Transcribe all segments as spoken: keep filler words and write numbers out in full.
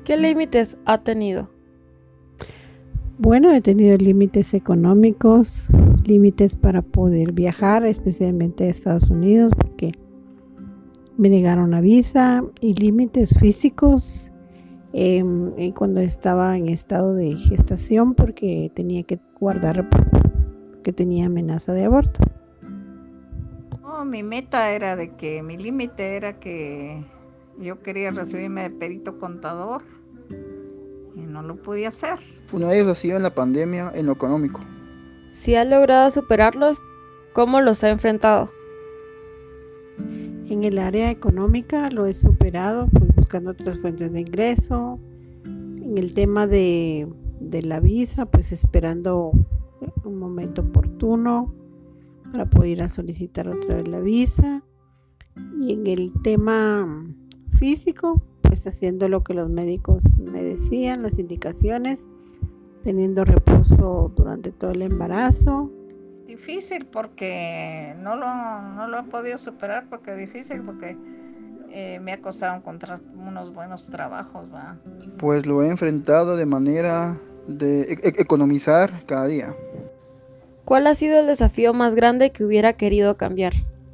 ¿Qué límites ha tenido? Bueno, he tenido límites económicos, límites para poder viajar, especialmente a Estados Unidos, porque me negaron la visa, y límites físicos eh, cuando estaba en estado de gestación, porque tenía que guardar reposo, que tenía amenaza de aborto. No, mi meta era de que, mi límite era que yo quería recibirme de perito contador y no lo podía hacer. Uno de ellos ha sido en la pandemia, en lo económico. Si ha logrado superarlos, ¿cómo los ha enfrentado? En el área económica lo he superado, pues buscando otras fuentes de ingreso. En el tema de, de la visa, pues esperando un momento oportuno para poder ir a solicitar otra vez la visa. Y en el tema físico, pues haciendo lo que los médicos me decían, las indicaciones, teniendo reposo durante todo el embarazo. Difícil porque no lo, no lo he podido superar, porque es difícil porque eh, me ha costado encontrar unos buenos trabajos, ¿va? Pues lo he enfrentado de manera de e- e- economizar cada día. ¿Cuál ha sido el desafío más grande que hubiera querido cambiar?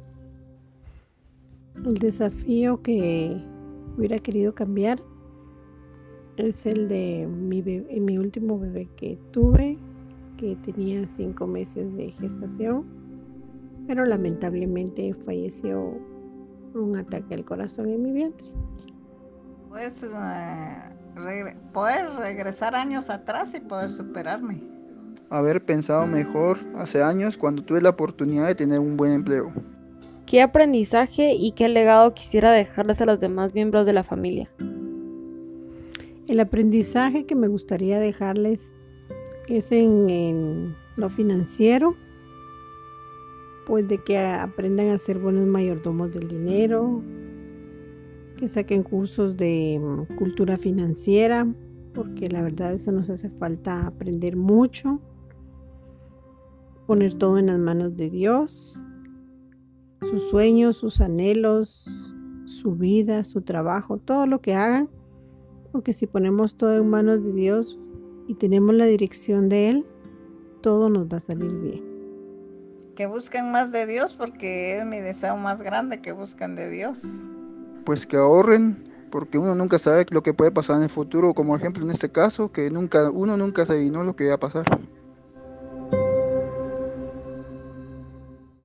El desafío que hubiera querido cambiar es el de mi, bebé, mi último bebé que tuve, que tenía cinco meses de gestación, pero lamentablemente falleció por un ataque al corazón en mi vientre. Pues eh, regre- poder regresar años atrás y poder superarme. Haber pensado mejor hace años cuando tuve la oportunidad de tener un buen empleo. ¿Qué aprendizaje y qué legado quisiera dejarles a los demás miembros de la familia? El aprendizaje que me gustaría dejarles es en, en lo financiero, pues de que aprendan a ser buenos mayordomos del dinero, que saquen cursos de um, cultura financiera, porque la verdad eso nos hace falta aprender mucho, poner todo en las manos de Dios, sus sueños, sus anhelos, su vida, su trabajo, todo lo que hagan, porque si ponemos todo en manos de Dios y tenemos la dirección de Él, todo nos va a salir bien. Que busquen más de Dios, porque es mi deseo más grande, que busquen de Dios. Pues que ahorren, porque uno nunca sabe lo que puede pasar en el futuro, como ejemplo en este caso, que nunca, uno nunca se adivinó lo que iba a pasar.